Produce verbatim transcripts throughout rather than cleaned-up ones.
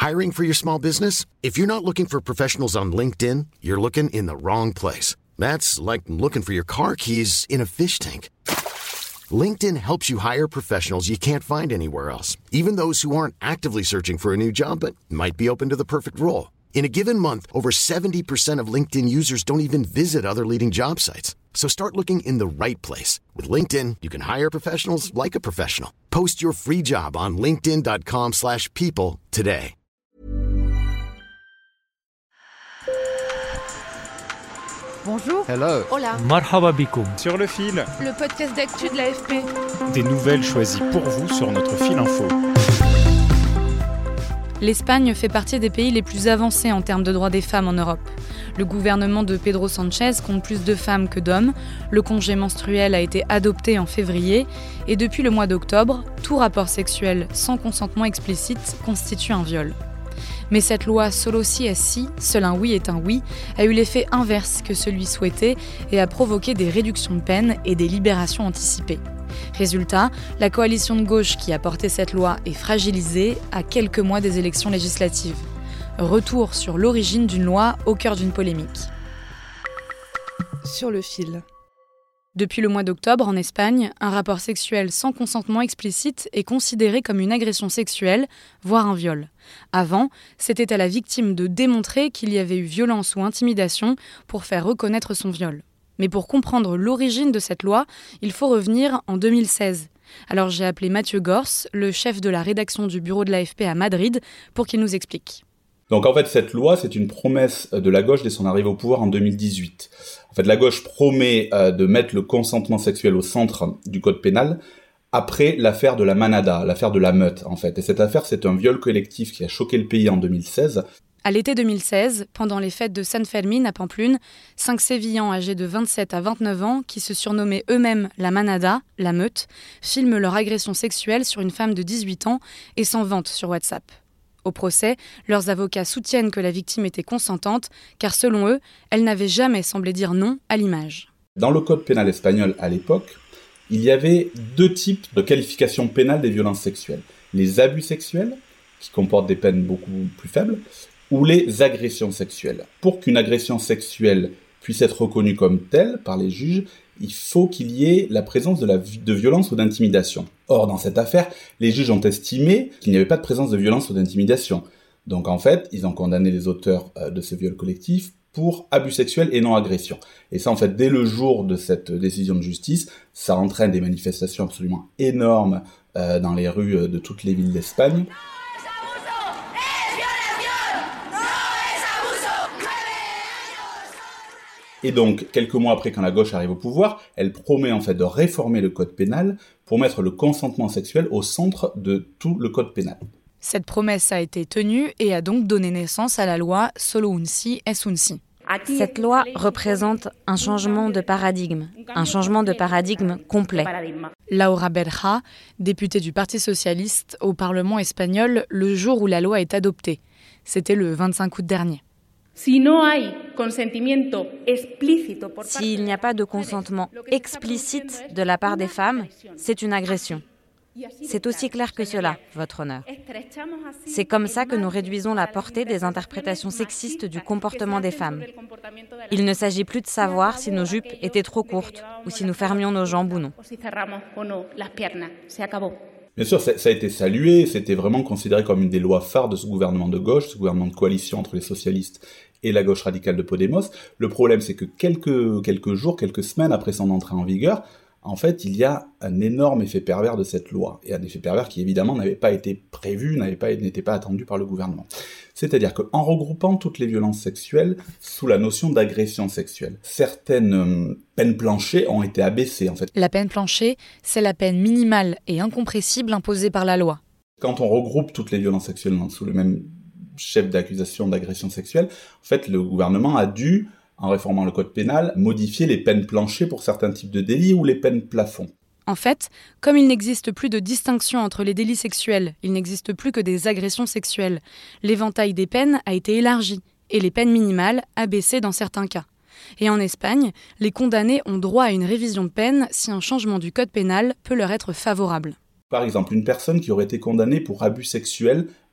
Hiring for your small business? If you're not looking for professionals on LinkedIn, you're looking in the wrong place. That's like looking for your car keys in a fish tank. LinkedIn helps you hire professionals you can't find anywhere else, even those who aren't actively searching for a new job but might be open to the perfect role. In a given month, over seventy percent of LinkedIn users don't even visit other leading job sites. So start looking in the right place. With LinkedIn, you can hire professionals like a professional. Post your free job on linkedin.com slash people today. Bonjour. Hello. Hola. Marhaba bikoum. Sur le fil. Le podcast d'actu de l'A F P. Des nouvelles choisies pour vous sur notre fil info. L'Espagne fait partie des pays les plus avancés en termes de droits des femmes en Europe. Le gouvernement de Pedro Sánchez compte plus de femmes que d'hommes, le congé menstruel a été adopté en février, et depuis le mois d'octobre, tout rapport sexuel sans consentement explicite constitue un viol. Mais cette loi Solo sí es sí, seul un oui est un oui, a eu l'effet inverse que celui souhaité et a provoqué des réductions de peine et des libérations anticipées. Résultat, la coalition de gauche qui a porté cette loi est fragilisée à quelques mois des élections législatives. Retour sur l'origine d'une loi au cœur d'une polémique. Sur le fil. Depuis le mois d'octobre, en Espagne, un rapport sexuel sans consentement explicite est considéré comme une agression sexuelle, voire un viol. Avant, c'était à la victime de démontrer qu'il y avait eu violence ou intimidation pour faire reconnaître son viol. Mais pour comprendre l'origine de cette loi, il faut revenir en deux mille seize. Alors j'ai appelé Mathieu Gors, le chef de la rédaction du bureau de l'A F P à Madrid, pour qu'il nous explique. Donc en fait, cette loi, c'est une promesse de la gauche dès son arrivée au pouvoir en deux mille dix-huit. En fait, la gauche promet euh, de mettre le consentement sexuel au centre du code pénal après l'affaire de la Manada, l'affaire de la meute, en fait. Et cette affaire, c'est un viol collectif qui a choqué le pays en deux mille seize. À l'été deux mille seize, pendant les fêtes de San Fermín à Pamplune, cinq Sévillans âgés de vingt-sept à vingt-neuf ans, qui se surnommaient eux-mêmes la Manada, la meute, filment leur agression sexuelle sur une femme de dix-huit ans et s'en vantent sur WhatsApp. Au procès, leurs avocats soutiennent que la victime était consentante, car selon eux, elle n'avait jamais semblé dire non à l'image. Dans le code pénal espagnol à l'époque, il y avait deux types de qualification pénale des violences sexuelles. Les abus sexuels, qui comportent des peines beaucoup plus faibles, ou les agressions sexuelles. Pour qu'une agression sexuelle puisse être reconnue comme telle par les juges, il faut qu'il y ait la présence de, la, de violence ou d'intimidation. Or, dans cette affaire, les juges ont estimé qu'il n'y avait pas de présence de violence ou d'intimidation. Donc en fait, ils ont condamné les auteurs euh, de ce viol collectif pour abus sexuels et non agression. Et ça, en fait, dès le jour de cette décision de justice, ça entraîne des manifestations absolument énormes euh, dans les rues de toutes les villes d'Espagne. Et donc, quelques mois après, quand la gauche arrive au pouvoir, elle promet en fait de réformer le code pénal pour mettre le consentement sexuel au centre de tout le code pénal. Cette promesse a été tenue et a donc donné naissance à la loi Solo sí es sí. Cette loi représente un changement de paradigme, un changement de paradigme complet. Laura Berja, députée du Parti socialiste au Parlement espagnol le jour où la loi est adoptée. C'était le vingt-cinq août dernier. S'il n'y a pas de consentement explicite de la part des femmes, c'est une agression. C'est aussi clair que cela, votre honneur. C'est comme ça que nous réduisons la portée des interprétations sexistes du comportement des femmes. Il ne s'agit plus de savoir si nos jupes étaient trop courtes ou si nous fermions nos jambes ou non. Bien sûr, ça, ça a été salué, c'était vraiment considéré comme une des lois phares de ce gouvernement de gauche, ce gouvernement de coalition entre les socialistes et la gauche radicale de Podemos. Le problème, c'est que quelques, quelques jours, quelques semaines après son entrée en vigueur, en fait, il y a un énorme effet pervers de cette loi, et un effet pervers qui, évidemment, n'avait pas été prévu, n'avait pas, n'était pas attendu par le gouvernement. C'est-à-dire qu'en regroupant toutes les violences sexuelles sous la notion d'agression sexuelle, certaines euh, peines planchées ont été abaissées, en fait. La peine planchée, c'est la peine minimale et incompressible imposée par la loi. Quand on regroupe toutes les violences sexuelles sous le même chef d'accusation d'agression sexuelle, en fait, le gouvernement a dû, en réformant le code pénal, modifier les peines planchées pour certains types de délits ou les peines plafonds. En fait, comme il n'existe plus de distinction entre les délits sexuels, il n'existe plus que des agressions sexuelles, l'éventail des peines a été élargi et les peines minimales abaissées dans certains cas. Et en Espagne, les condamnés ont droit à une révision de peine si un changement du code pénal peut leur être favorable. Par exemple, une personne qui aurait été condamnée pour abus sexuels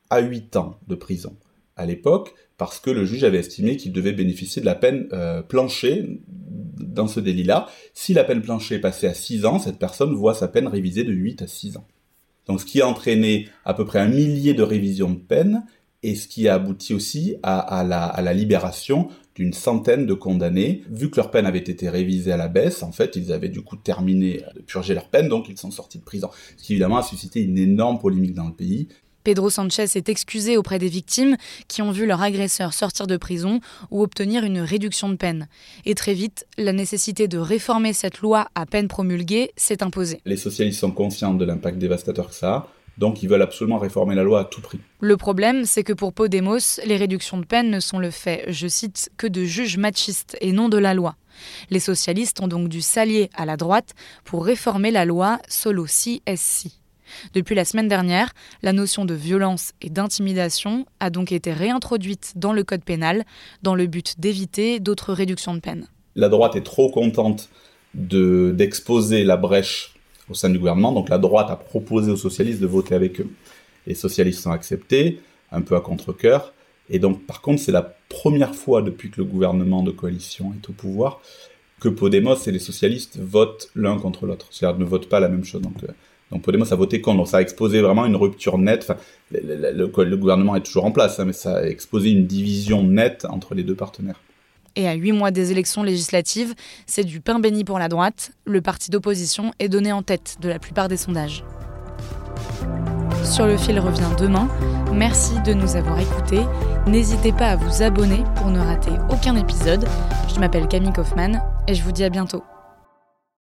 à huit ans de prison à l'époque, parce que le juge avait estimé qu'il devait bénéficier de la peine euh, plancher dans ce délit-là. Si la peine plancher est passée à six ans, cette personne voit sa peine révisée de huit à six ans. Donc ce qui a entraîné à peu près un millier de révisions de peine, et ce qui a abouti aussi à, à, la, à la libération d'une centaine de condamnés. Vu que leur peine avait été révisée à la baisse, en fait, ils avaient du coup terminé de purger leur peine, donc ils sont sortis de prison. Ce qui évidemment a suscité une énorme polémique dans le pays. Pedro Sanchez s'est excusé auprès des victimes qui ont vu leur agresseur sortir de prison ou obtenir une réduction de peine. Et très vite, la nécessité de réformer cette loi à peine promulguée s'est imposée. Les socialistes sont conscients de l'impact dévastateur que ça a, donc ils veulent absolument réformer la loi à tout prix. Le problème, c'est que pour Podemos, les réductions de peine ne sont le fait, je cite, que de juges machistes et non de la loi. Les socialistes ont donc dû s'allier à la droite pour réformer la loi Solo Si Es Si. Depuis la semaine dernière, la notion de violence et d'intimidation a donc été réintroduite dans le code pénal, dans le but d'éviter d'autres réductions de peine. La droite est trop contente de, d'exposer la brèche au sein du gouvernement, donc la droite a proposé aux socialistes de voter avec eux. Les socialistes ont accepté, un peu à contre-cœur, et donc par contre c'est la première fois depuis que le gouvernement de coalition est au pouvoir que Podemos et les socialistes votent l'un contre l'autre, c'est-à-dire ne votent pas la même chose. Donc, Donc Podemos a voté contre, donc ça a exposé vraiment une rupture nette, enfin, le, le, le, le gouvernement est toujours en place, hein, mais ça a exposé une division nette entre les deux partenaires. Et à huit mois des élections législatives, c'est du pain béni pour la droite. Le parti d'opposition est donné en tête de la plupart des sondages. Sur le fil revient demain. Merci de nous avoir écoutés. N'hésitez pas à vous abonner pour ne rater aucun épisode. Je m'appelle Camille Kaufmann et je vous dis à bientôt.